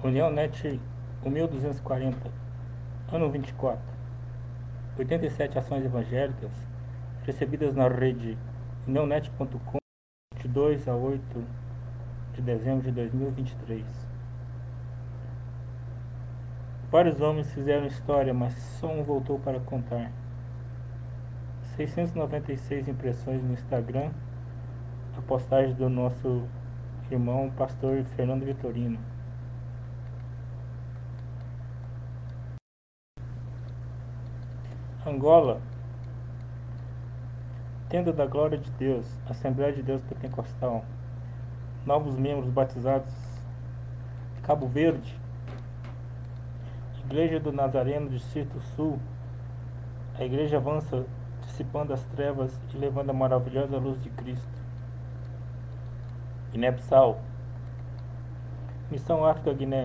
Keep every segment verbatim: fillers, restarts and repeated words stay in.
União Net mil duzentos e quarenta, ano vinte e quatro. oitenta e sete ações evangélicas recebidas na rede uniãonet ponto com de dois a oito de dezembro de dois mil e vinte e três. Vários homens fizeram história, mas só um voltou para contar. seiscentas e noventa e seis impressões no Instagram, a postagem do nosso irmão pastor Fernando Vitorino. Angola, Tenda da Glória de Deus, Assembleia de Deus Pentecostal, novos membros batizados. Cabo Verde, Igreja do Nazareno, Distrito Sul, a igreja avança dissipando as trevas e levando a maravilhosa luz de Cristo. Guiné-Bissau, Missão África Guiné,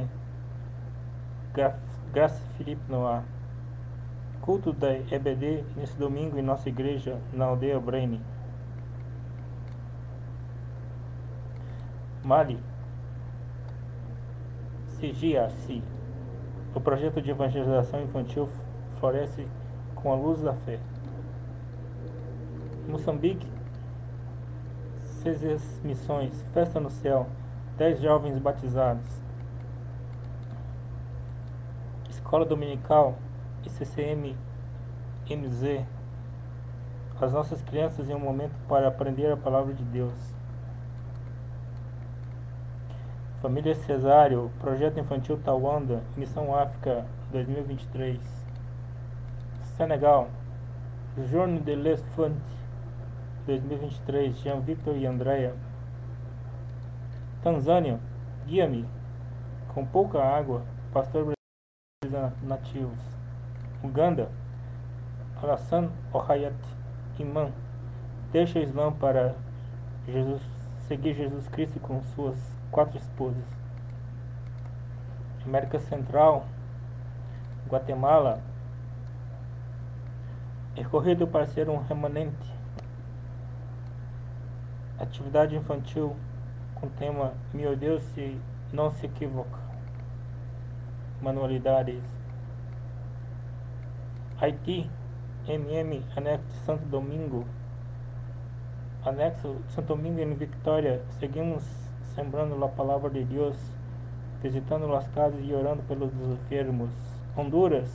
Graça Felipe Noah, culto da E B D nesse domingo em nossa igreja na aldeia Braine. Mali, C G A C, o projeto de evangelização infantil floresce com a luz da fé. Moçambique, C Z S Missões, festa no céu, dez jovens batizados. Escola Dominical e C C M M Z, as nossas crianças em um momento para aprender a palavra de Deus. Família Cesário, Projeto Infantil Tawanda, Missão África dois mil e vinte e três. Senegal, Journée de l'Enfant dois mil e vinte e três, Jean Victor e Andrea. Tanzânia, Guia-me, com pouca água, pastor brasileiro nativos. Uganda, Alassane Ohayat Imam, deixa o Islã para Jesus, seguir Jesus Cristo com suas quatro esposas. América Central, Guatemala, escolhido para ser um remanente. Atividade infantil com tema Meu Deus se não se equivoca. Manualidades. Haiti, M M, anexo de Santo Domingo. Anexo de Santo Domingo em Vitória. Seguimos sembrando a palavra de Deus, visitando as casas e orando pelos enfermos. Honduras,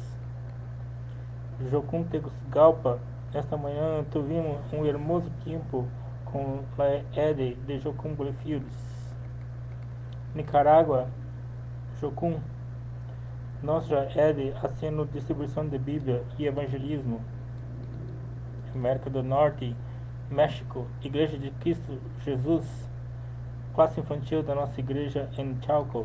Jocum Tegucigalpa. Nesta manhã tivemos um hermoso tempo com a Ede de Jocum Fields. Nicarágua, Jocum, nossa Ede haciendo distribuição de Bíblia e evangelismo. América do Norte, México, Igreja de Cristo Jesus, classe infantil da nossa igreja em Chalco.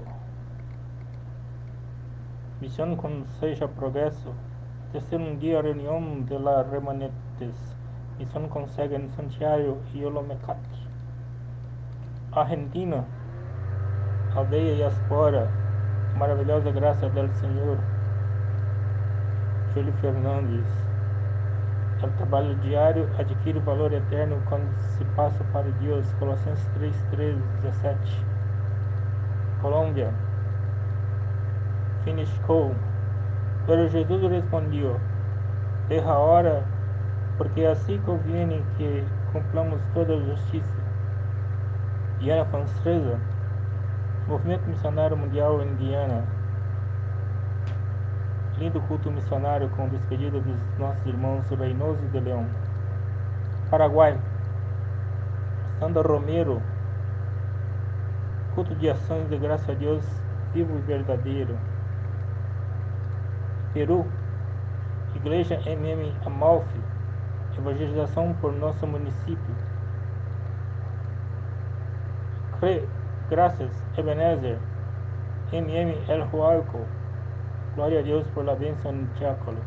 Missão com Seja Progresso, terceiro um dia reunião de la remanentes, missão com Sega em Santiago e Olomecate. Argentina, aldeia Diaspora, maravilhosa graça del Senhor. Júlio Fernandes, o trabalho diário adquire valor eterno quando se passa para Deus. Colossenses três, treze, dezessete. Colômbia, Finish Call. Pero Jesus respondeu: Deja a hora, porque assim conviene que cumplamos toda a justiça. Guiana Francesa, Movimento Missionário Mundial em Guiana. Lindo culto missionário com despedida dos nossos irmãos Reynoso de Leão. Paraguai, Sandra Romero, culto de ações de graça a Deus vivo e verdadeiro. Peru, Igreja M M Amalfi, evangelização por nosso município. Cre, Graças, Ebenezer, M M El Huarco, glória a Deus por la bênção no Chácolo.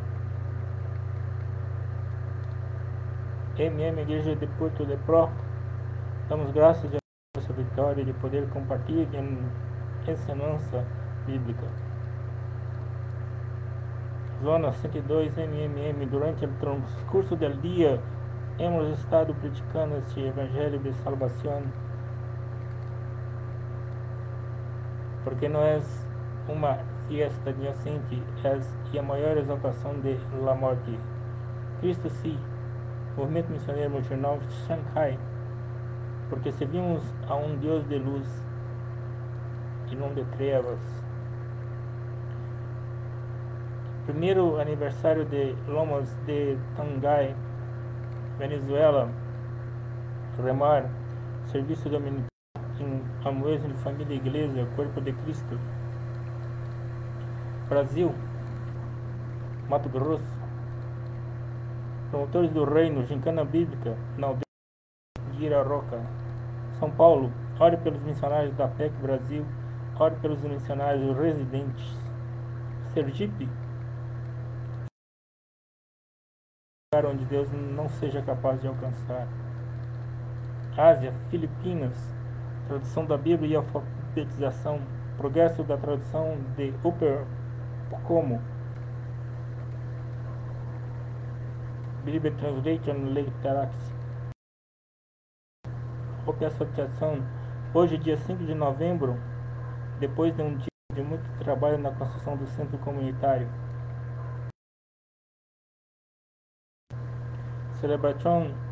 M M Igreja de Porto de Pro, damos graças a Deus por essa vitória de poder compartilhar em ensinança bíblica. Zona cento e dois M M M, durante o transcurso do dia, hemos estado predicando este evangelho de salvação, porque não é uma fiesta inocente es, e a maior exaltação de la morte. Cristo sí, movimento missionário multinacional de Shanghai, porque servimos a um Deus de luz e não de trevas. Primeiro aniversário de Lomas de Tangay, Venezuela, remar, serviço dominical em Amoeso de Família Igreja, Corpo de Cristo. Brasil, Mato Grosso, promotores do reino, gincana bíblica, na aldeia de Iraroca. São Paulo, ore pelos missionários da P E C Brasil, ore pelos missionários residentes. Sergipe, lugar onde Deus não seja capaz de alcançar. Ásia, Filipinas, tradução da Bíblia e alfabetização, progresso da tradução de Upper como Bible Translation Literacy. Associação, hoje dia cinco de novembro, depois de um dia de muito trabalho na construção do centro comunitário. Celebração